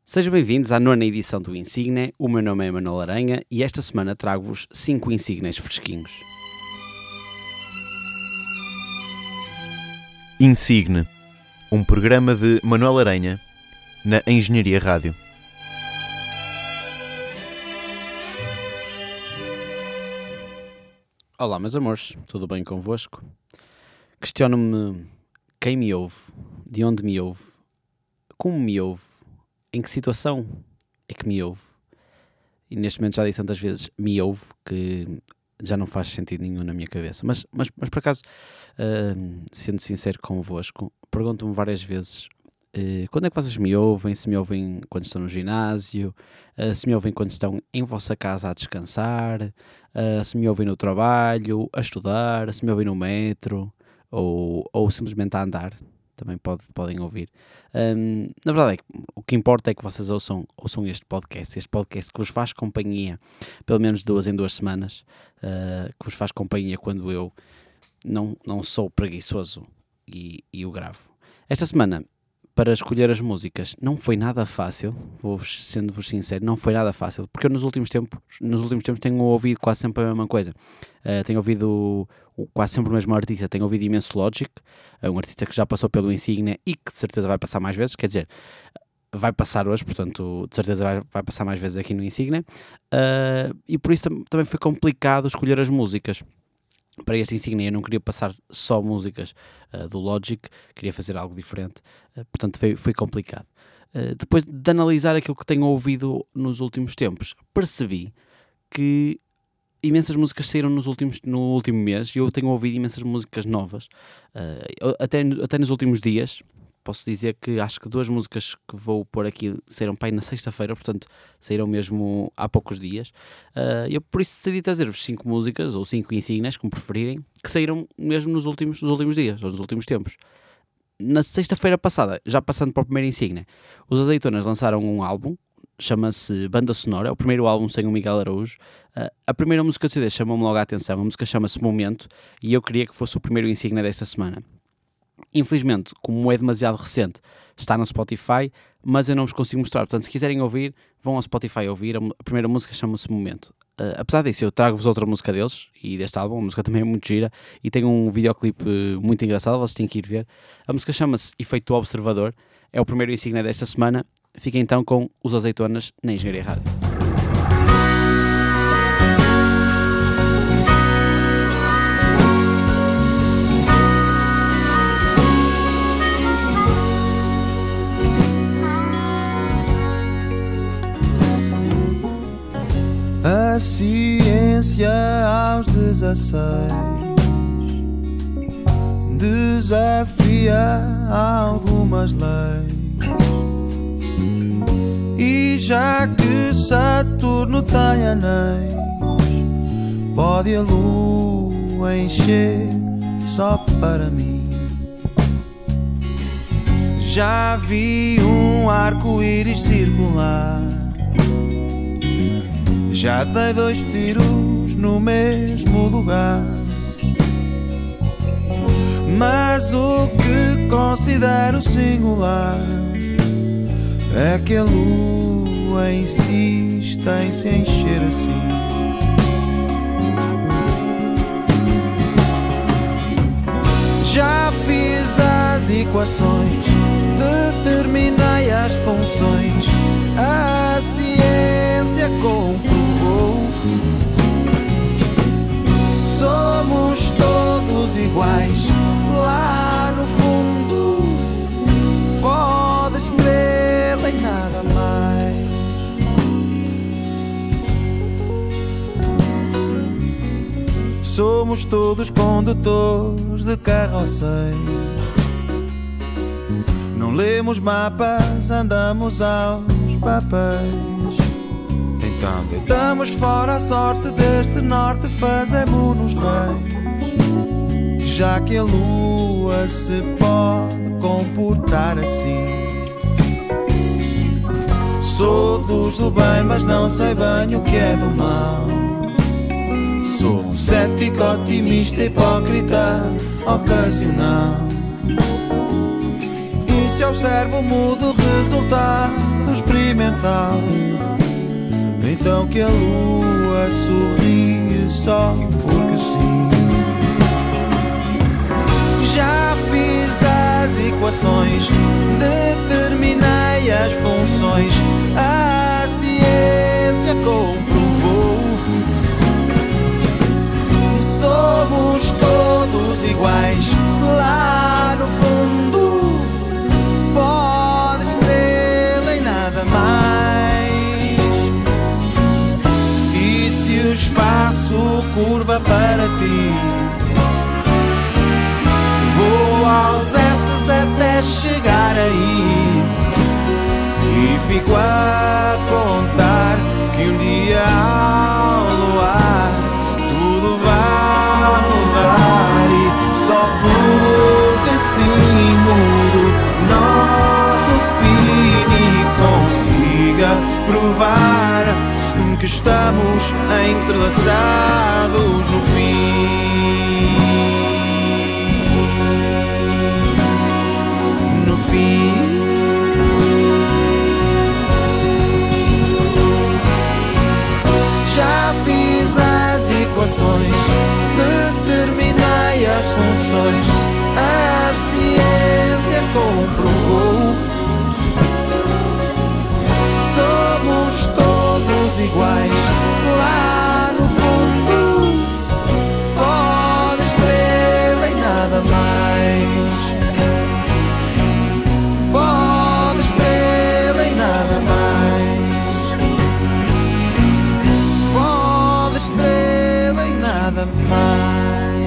Sejam bem-vindos à nona edição do Insigne. O meu nome é Manuel Aranha e esta semana trago-vos 5 Insignes fresquinhos. Insigne, um programa de Manuel Aranha na Engenharia Rádio. Olá, meus amores, tudo bem convosco? Questiono-me quem me ouve, de onde me ouve, como me ouve, em que situação é que me ouve. E neste momento já disse tantas vezes me ouve que já não faz sentido nenhum na minha cabeça. Mas por acaso, sendo sincero convosco, pergunto-me várias vezes quando é que vocês me ouvem, se me ouvem quando estão no ginásio, se me ouvem quando estão em vossa casa a descansar, se me ouvem no trabalho, a estudar, se me ouvem no metro ou simplesmente a andar. Também podem ouvir. Na verdade, o que importa é que vocês ouçam este podcast que vos faz companhia, pelo menos 2 em 2 semanas, que vos faz companhia quando eu não sou preguiçoso e o gravo. Esta semana, para escolher as músicas, não foi nada fácil, sendo-vos sincero, não foi nada fácil, porque eu nos últimos tempos tenho ouvido quase sempre a mesma coisa. Tenho ouvido quase sempre o mesmo artista, tenho ouvido imenso Logic, um artista que já passou pelo Insigne e que de certeza vai passar mais vezes, quer dizer, vai passar hoje, portanto de certeza vai passar mais vezes aqui no Insigne, e por isso também foi complicado escolher as músicas. Para este Insigne eu não queria passar só músicas do Logic, queria fazer algo diferente, portanto foi complicado. Depois de analisar aquilo que tenho ouvido nos últimos tempos, percebi que imensas músicas saíram no último mês e eu tenho ouvido imensas músicas novas, até nos últimos dias. Posso dizer que acho que 2 músicas que vou pôr aqui saíram para aí na sexta-feira, portanto saíram mesmo há poucos dias. Eu por isso decidi trazer-vos 5 músicas, ou 5 insígnias, como preferirem, que saíram mesmo nos últimos dias, ou nos últimos tempos. Na sexta-feira passada, já passando para o primeiro insígnia, os Azeitonas lançaram um álbum, chama-se Banda Sonora, é o primeiro álbum sem o Miguel Araújo. A primeira música do CD chamou-me logo a atenção, a música chama-se Momento, e eu queria que fosse o primeiro insígnia desta semana. Infelizmente, como é demasiado recente, está no Spotify, mas eu não vos consigo mostrar. Portanto, se quiserem ouvir, vão ao Spotify ouvir. A primeira música chama-se Momento. Apesar disso, eu trago-vos outra música deles e deste álbum. A música também é muito gira e tem um videoclipe muito engraçado, vocês têm que ir ver. A música chama-se Efeito Observador. É o primeiro insígnia desta semana. Fiquem então com os Azeitonas na Engenharia Rádio. A ciência aos 16 desafia algumas leis, e já que Saturno tem anéis, pode a lua encher só para mim. Já vi um arco-íris circular, já dei 2 tiros no mesmo lugar, mas o que considero singular é que a lua insiste em se encher assim. Já fiz as equações, determinei as funções, a ciência comprovou. Somos todos iguais, lá no fundo, pó da estrela e nada mais. Somos todos condutores de carroceiros, não lemos mapas, andamos aos papéis. Então deitamos fora a sorte deste norte, fazemos-nos reis, já que a lua se pode comportar assim. Sou dos do bem, mas não sei bem o que é do mal. Sou um cético, otimista, hipócrita, ocasional. E se observo, mudo o resultado do experimental. Então que a lua sorri só porque sim. Já fiz as equações, determinei as funções, a ciência comprovou. Somos todos iguais lá no fundo, pó de estrela e nada mais. E se o espaço curva para ti, vou aos S até chegar aí, e fico a contar que um dia ao luar tudo vai mudar. E só porque assim mudo nosso spin consiga provar que estamos entrelaçados no fim. Já fiz as equações, determinei as funções, a ciência comprovou. Somos todos iguais lá no fundo, pó de estrela e nada mais. Pó de estrela e nada mais. Pó de estrela e nada mais.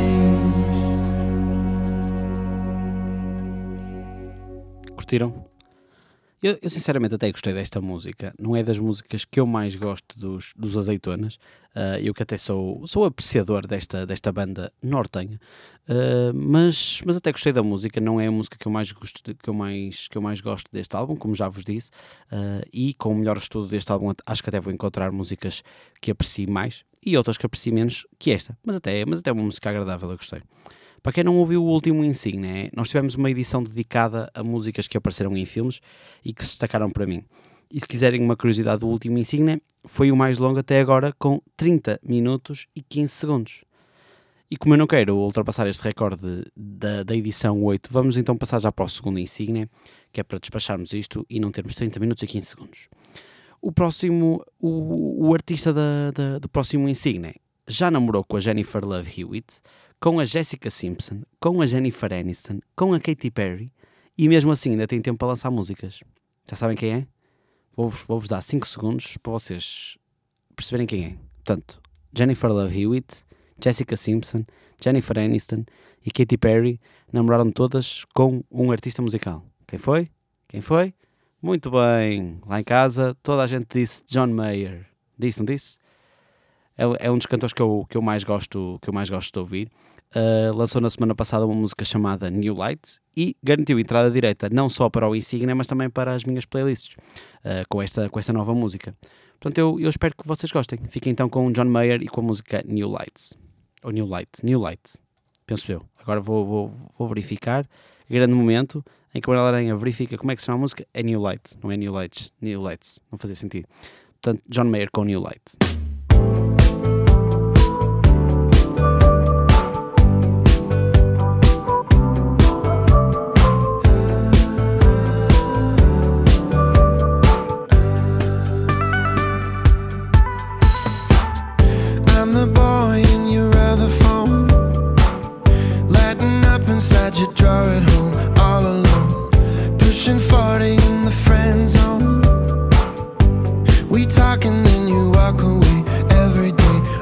Curtiram? Eu sinceramente até gostei desta música. Não é das músicas que eu mais gosto dos Azeitonas. Eu que até sou apreciador desta banda nortenha. Mas até gostei da música. Não é a música que eu mais gosto deste álbum, como já vos disse. E com o melhor estudo deste álbum, acho que até vou encontrar músicas que aprecio mais e outras que aprecio menos que esta. Mas até é uma música agradável, eu gostei. Para quem não ouviu o último Insigne, nós tivemos uma edição dedicada a músicas que apareceram em filmes e que se destacaram para mim. E se quiserem uma curiosidade do último Insigne, foi o mais longo até agora, com 30 minutos e 15 segundos. E como eu não quero ultrapassar este recorde da edição 8, vamos então passar já para o segundo Insigne, que é para despacharmos isto e não termos 30 minutos e 15 segundos. O próximo, o artista do próximo Insigne já namorou com a Jennifer Love Hewitt, com a Jessica Simpson, com a Jennifer Aniston, com a Katy Perry, e mesmo assim ainda tem tempo para lançar músicas. Já sabem quem é? Vou-vos dar 5 segundos para vocês perceberem quem é. Portanto, Jennifer Love Hewitt, Jessica Simpson, Jennifer Aniston e Katy Perry namoraram todas com um artista musical. Quem foi? Quem foi? Muito bem. Lá em casa toda a gente disse John Mayer. Disse, não disse? É um dos cantores que eu mais gosto de ouvir. Lançou na semana passada uma música chamada New Light e garantiu entrada direta não só para o Insigne, mas também para as minhas playlists com esta nova música. Portanto, eu espero que vocês gostem. Fiquem então com o John Mayer e com a música New Light. Ou New Light, penso eu. Agora vou verificar. Grande momento em que a Manuela Aranha verifica como é que se chama a música. É New Light, não é New Lights. Não fazia sentido. Portanto, John Mayer com New Light. You draw it home all alone, pushing 40 in the friend zone. We talk and then you walk away every day.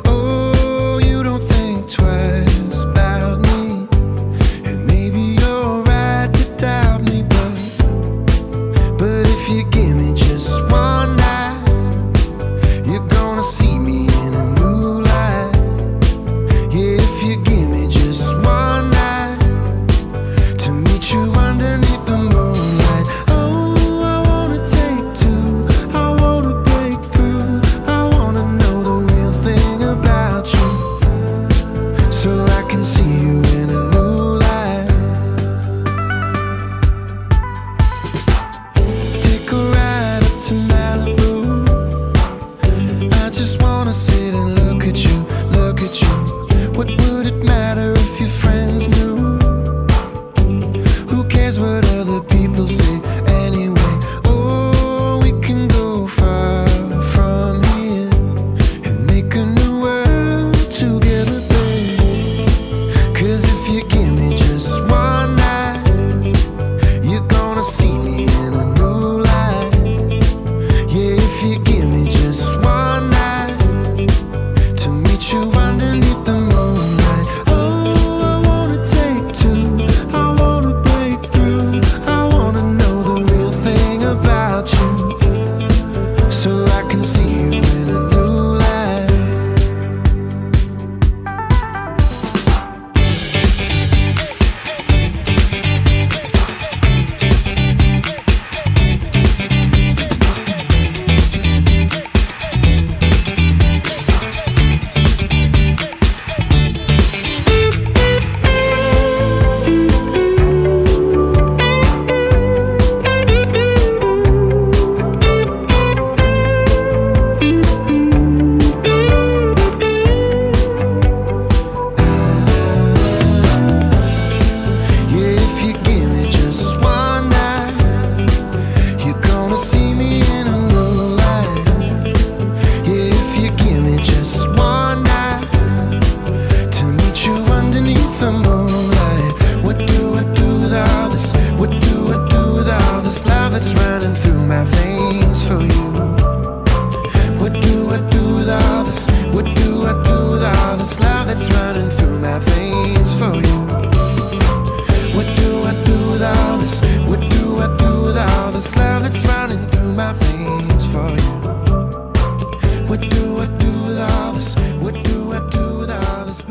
for you. What do I do with all this? What do I do with all this?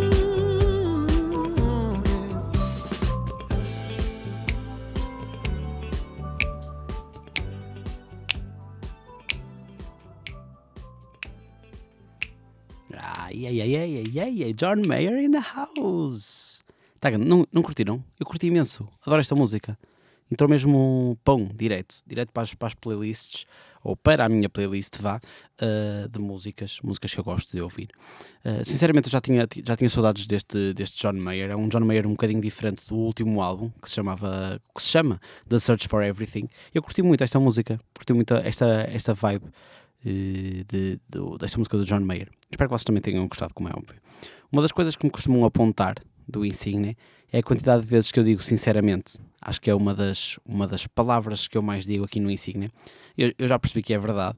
Ai, John Mayer in the house. Tá, não curtiram? Eu curti imenso, adoro esta música. Entrou mesmo direto para as playlists, ou para a minha playlist, de músicas que eu gosto de ouvir. Sinceramente, eu já tinha saudades deste John Mayer. É um John Mayer um bocadinho diferente do último álbum, que se chama The Search for Everything. Eu curti muito esta música, curti muito esta vibe desta música do John Mayer. Espero que vocês também tenham gostado, como é óbvio. Uma das coisas que me costumam apontar do Insigne é a quantidade de vezes que eu digo sinceramente. Acho que é uma das palavras que eu mais digo aqui no Insigne. Eu já percebi que é verdade,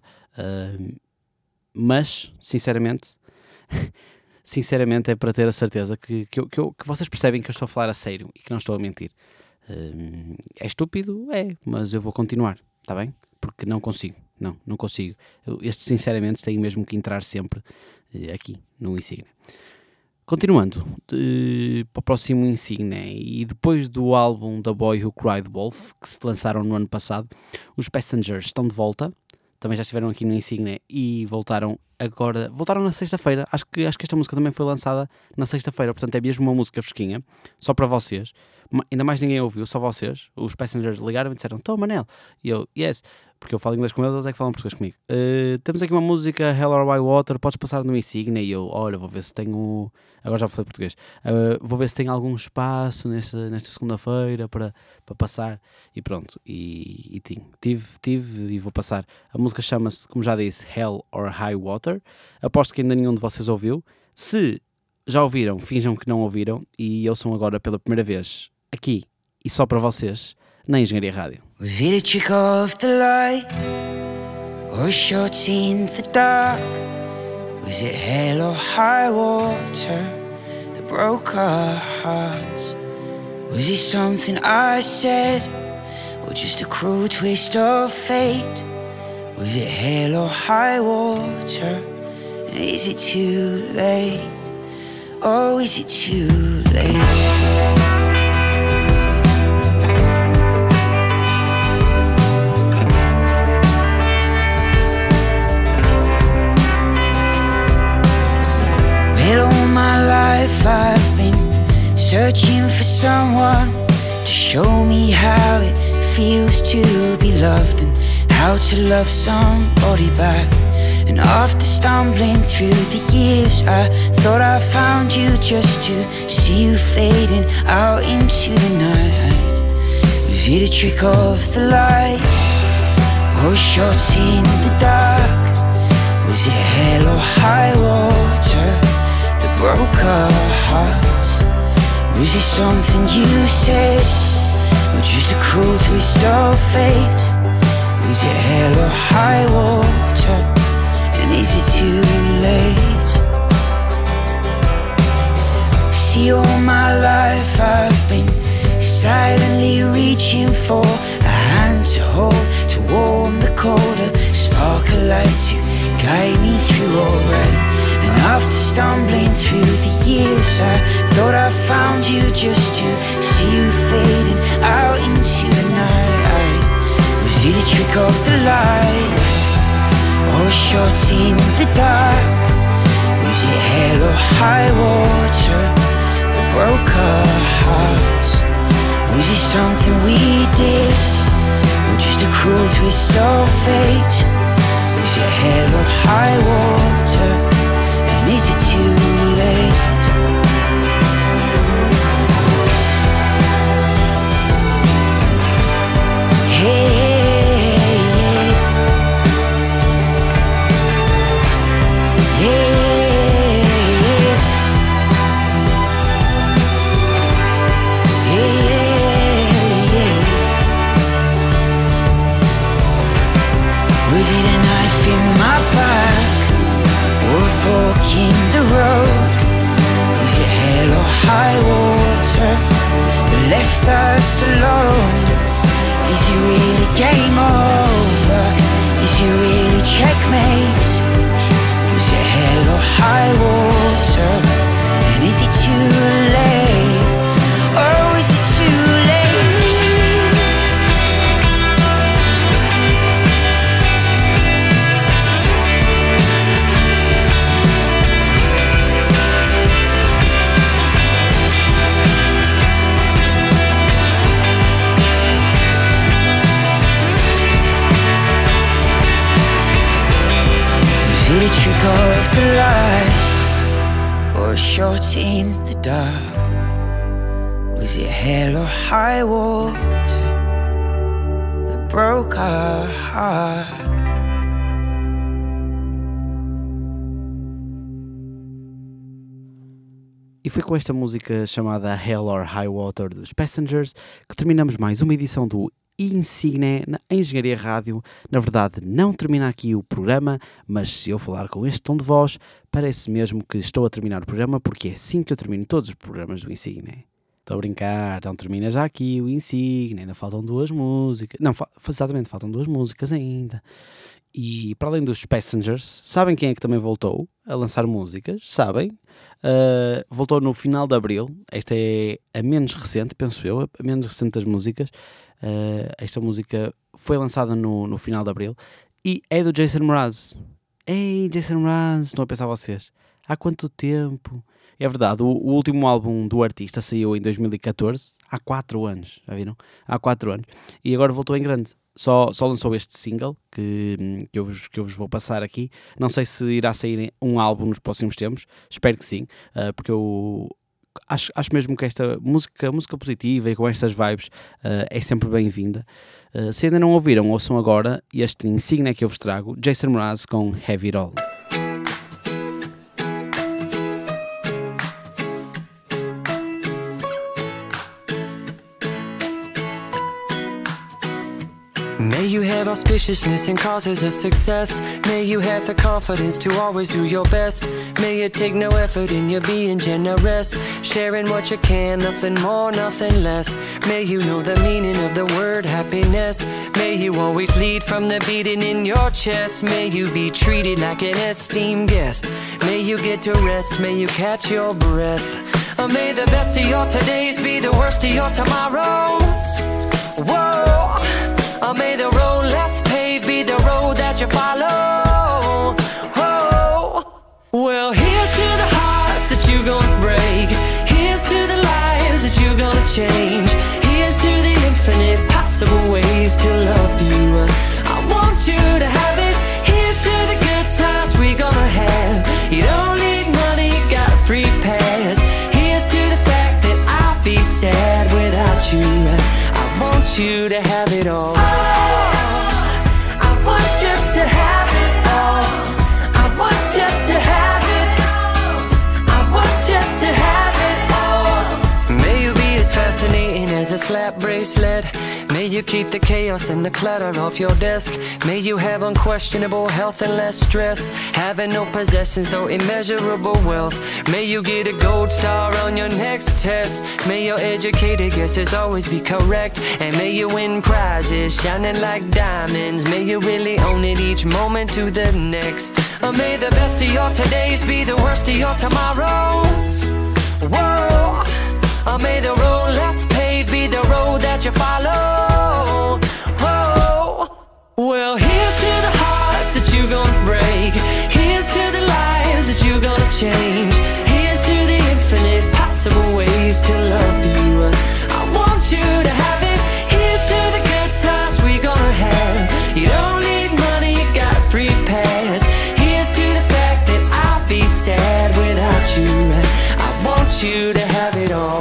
mas sinceramente é para ter a certeza que vocês percebem que eu estou a falar a sério e que não estou a mentir. É estúpido? É, mas eu vou continuar, está bem? Porque não consigo. Não consigo. Estes sinceramente têm mesmo que entrar sempre aqui no Insigne. Continuando para o próximo Insigne, e depois do álbum The Boy Who Cried Wolf, que se lançaram no ano passado, os Passengers estão de volta, também já estiveram aqui no Insigne e voltaram na sexta-feira. Acho que esta música também foi lançada na sexta-feira, portanto é mesmo uma música fresquinha, só para vocês. Ainda mais ninguém ouviu, só vocês. Os Passengers ligaram e disseram: "Tô, Manel", e eu: "Yes", porque eu falo inglês com eles é que falam português comigo. Temos aqui uma música, Hell or High Water, podes passar no Insigne? E eu: olha, vou ver se tenho... Agora já falei português. Vou ver se tem algum espaço nesta segunda-feira para passar. E pronto, e tive e vou passar. A música chama-se, como já disse, Hell or High Water. Aposto que ainda nenhum de vocês ouviu. Se já ouviram, finjam que não ouviram e ouçam agora pela primeira vez, aqui e só para vocês, na Engenharia Rádio. Was it a trick of the light, or shots in the dark? Was it hell or high water that broke our hearts? Was it something I said, or just a cruel twist of fate? Was it hell or high water? And is it too late? Oh, is it too late? All my life I've been searching for someone to show me how it feels to be loved and how to love somebody back. And after stumbling through the years, I thought I found you just to see you fading out into the night. Was it a trick of the light, or shots in the dark? Was it hell or high water broke our hearts? Was it something you said, or just a cruel twist of fate? Was it hell or high water? And is it too late? See, all my life I've been silently reaching for a hand to hold, to warm the colder, spark a light to guide me through all right. And after stumbling through the years, I thought I found you just to see you fading out into the night. Was it a trick of the light, or shots in the dark? Was it hell or high water that broke our hearts? Was it something we did, or just a cruel twist of fate? Was it hell or high water? Is it too late? Was it a knife in my back, or a fork in the road? Was it hell or high water that left us alone? Is it really game over? Is it really be a trick of the light or a shot in the dark? Was it hell or high water that broke our heart? E foi com esta música chamada Hell or High Water dos Passengers que terminamos mais uma edição do Insigne na Engenharia Rádio. Na verdade, não termina aqui o programa, mas se eu falar com este tom de voz, parece mesmo que estou a terminar o programa, porque é assim que eu termino todos os programas do Insigne. Estou a brincar, não termina já aqui o Insigne, ainda faltam 2 músicas. Não, exatamente, faltam 2 músicas ainda. E para além dos Passengers, sabem quem é que também voltou a lançar músicas? Sabem? Voltou no final de Abril. Esta é a menos recente, penso eu, a menos recente das músicas. Esta música foi lançada no final de Abril e é do Jason Mraz. Ei, Jason Mraz, estão a pensar vocês? Há quanto tempo? É verdade, o último álbum do artista saiu em 2014, há 4 anos, já viram? Há 4 anos. E agora voltou em grande. Só lançou este single que eu vos vou passar aqui. Não sei se irá sair um álbum nos próximos tempos, espero que sim, porque eu acho mesmo que esta música positiva e com estas vibes é sempre bem-vinda. Se ainda não ouviram, ouçam agora este Insigne que eu vos trago, Jason Mraz com Have It All. May you have auspiciousness and causes of success. May you have the confidence to always do your best. May you take no effort in your being generous, sharing what you can, nothing more, nothing less. May you know the meaning of the word happiness. May you always lead from the beating in your chest. May you be treated like an esteemed guest. May you get to rest, may you catch your breath. May the best of your todays be the worst of your tomorrows. Whoa. May the road less paved be the road that you follow. Oh. Well, here's to the hearts that you're gonna break. Here's to the lives that you're gonna change. Here's to the infinite possible ways to love you. I want you to have it. Here's to the good times we're gonna have. You don't need money, you got a free pass. Here's to the fact that I'll be sad without you. I want you to have it all. As a slap bracelet, may you keep the chaos and the clutter off your desk. May you have unquestionable health and less stress. Having no possessions though immeasurable wealth. May you get a gold star on your next test. May your educated guesses always be correct. And may you win prizes shining like diamonds. May you really own it each moment to the next. May the best of your todays be the worst of your tomorrows. Whoa. May the road less paved be the road that you follow. Oh. Well, here's to the hearts that you're gonna break. Here's to the lives that you're gonna change. Here's to the infinite possible ways to love you. I want you to have it. Here's to the good times we're gonna have. You don't need money, you got a free pass. Here's to the fact that I'll be sad without you. I want you to have it all.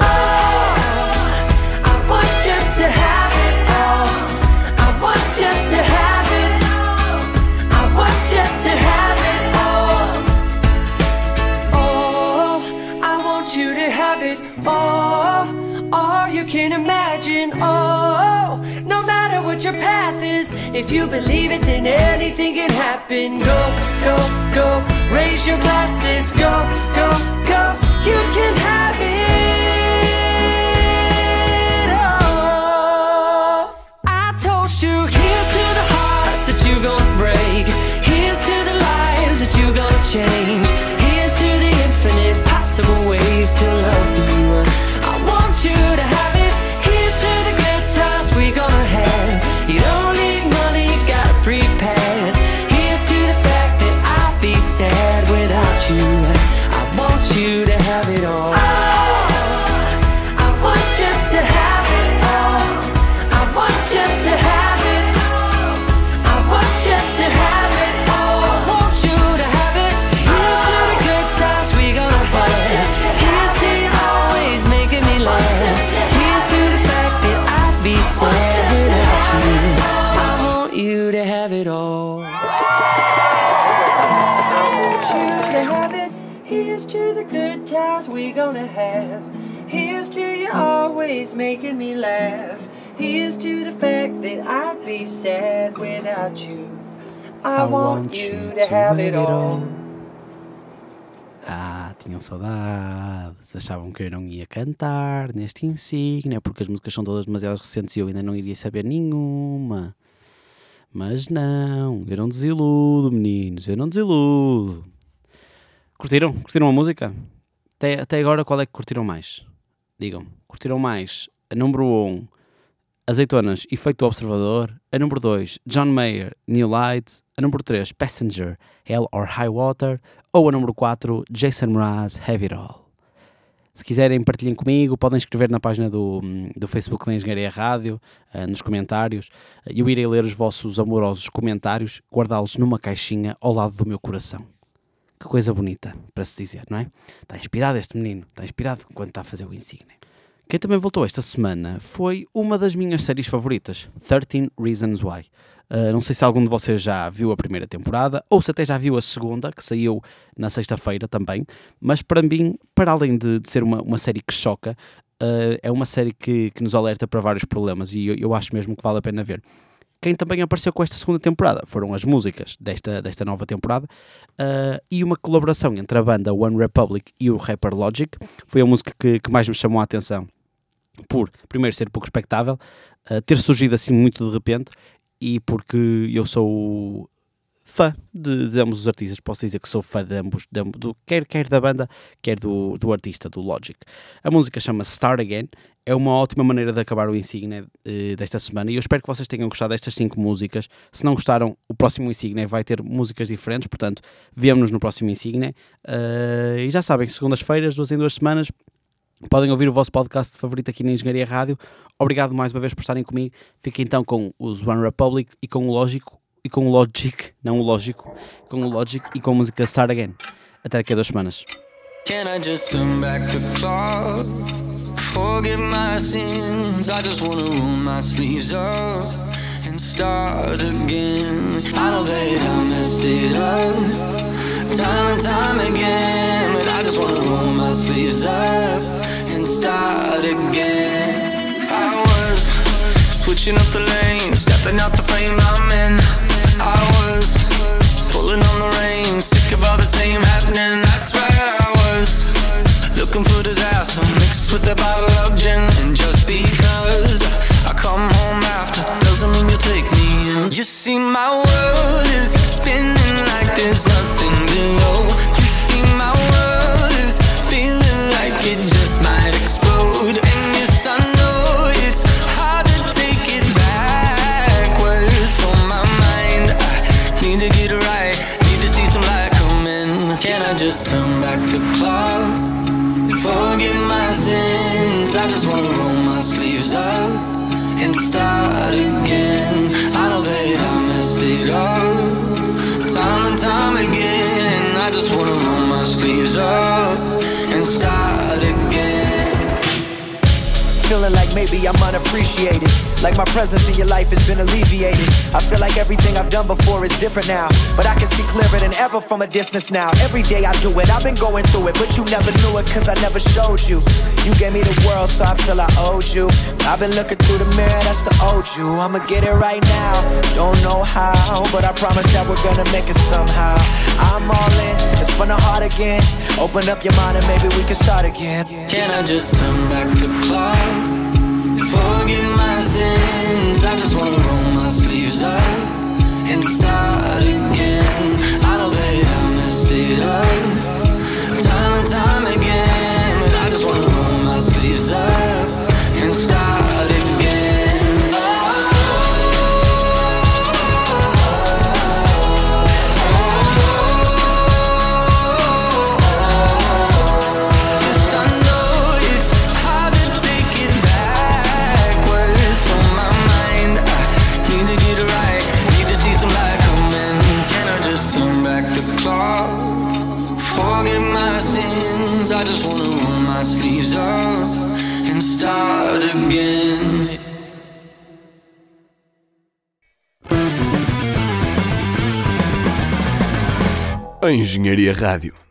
Can imagine, oh, no matter what your path is, if you believe it, then anything can happen. Go, go, go, raise your glasses. Go, go, go, you can have it all. I toast you, here's to the hearts that you're gonna break. Here's to the lives that you're gonna change. Here's to the infinite possible ways to love you. I want you to have you don't need money, you got a free pass. Here's to the fact that I'll be sad without you. gonna have it. Here's to the good times we're gonna have. Here's to you always making me laugh. Here's to the fact that I'd be sad without you. I want you to have it all. Tinham saudades, achavam que eu não ia cantar neste insígnia, porque as músicas são todas demasiado recentes e eu ainda não iria saber nenhuma. Mas não, eu não desiludo, meninos, eu não desiludo. Curtiram? Curtiram a música? Até agora, qual é que curtiram mais? Digam-me, curtiram mais a número 1, Azeitonas, Efeito do Observador, a número 2, John Mayer, New Light, a número 3, Passenger, Hell or High Water, ou a número 4, Jason Mraz, Have It All. Se quiserem, partilhem comigo, podem escrever na página do Facebook da Engenharia Rádio, nos comentários. Eu irei ler os vossos amorosos comentários, guardá-los numa caixinha ao lado do meu coração. Que coisa bonita para se dizer, não é? Está inspirado este menino, está inspirado quando está a fazer o insígnia. Quem também voltou esta semana foi uma das minhas séries favoritas, 13 Reasons Why. Não sei se algum de vocês já viu a primeira temporada, ou se até já viu a segunda, que saiu na sexta-feira também, mas para mim, para além de ser uma série que choca, é uma série que nos alerta para vários problemas e eu acho mesmo que vale a pena ver. Quem também apareceu com esta segunda temporada foram as músicas desta nova temporada e uma colaboração entre a banda One Republic e o rapper Logic. Foi a música que mais me chamou a atenção por, primeiro, ser pouco expectável, ter surgido assim muito de repente e porque eu sou fã de ambos os artistas. Posso dizer que sou fã de ambos, quer da banda, quer do artista, do Logic. A música chama-se Start Again. É uma ótima maneira de acabar o insígnia desta semana e eu espero que vocês tenham gostado destas 5 músicas. Se não gostaram, o próximo insígnia vai ter músicas diferentes, portanto, vemo-nos no próximo insígnia. E já sabem, segundas-feiras, 2 em 2 semanas, podem ouvir o vosso podcast favorito aqui na Engenharia Rádio. Obrigado mais uma vez por estarem comigo. Fiquem então com os One Republic e com o Logic, e com o Logic e com a música Start Again. Até daqui a 2 semanas. Can I just come back to club? Forget my sins, I just wanna roll my sleeves up and start again. I know that I messed it up time and time again, but I just wanna roll my sleeves up and start again. I was switching up the lanes, stepping out the frame I'm in. I was pulling on the reins, sick of all the same happening. That's right, I was looking for disaster mixed with a bottle of gin. And just because I come home after doesn't mean you take me in. You see my world is spinning like there's nothing below. You see my world is feeling like it just might explode. And yes, I know it's hard to take it backwards for my mind. I need to get it right, need to see some light come in. Can I just turn back the clock? Forget my sins, I just wanna roll my sleeves up and start again. I know that I messed it up time and time again. I just wanna roll my sleeves up and start again. Feeling like maybe I'm unappreciated, like my presence in your life has been alleviated. I feel like everything I've done before is different now, but I can see clearer than ever from a distance now. Every day I do it, I've been going through it, but you never knew it cause I never showed you. You gave me the world so I feel I owed you. I've been looking through the mirror, that's the old you. I'ma get it right now, don't know how, but I promise that we're gonna make it somehow. I'm all in, it's from the heart again. Open up your mind and maybe we can start again. Can I just turn back the clock? Forget my sins, I just wanna roll my sleeves up and start again. I know that I messed it up time and time again, but I just wanna roll my sleeves up and start again. Yes, I know it's hard to take it backwards from my mind. I need to get it right, need to see some light come in. Can I just turn back the clock? Forget my sins, I just wanna roll my sleeves up and start again. A Engenharia Rádio.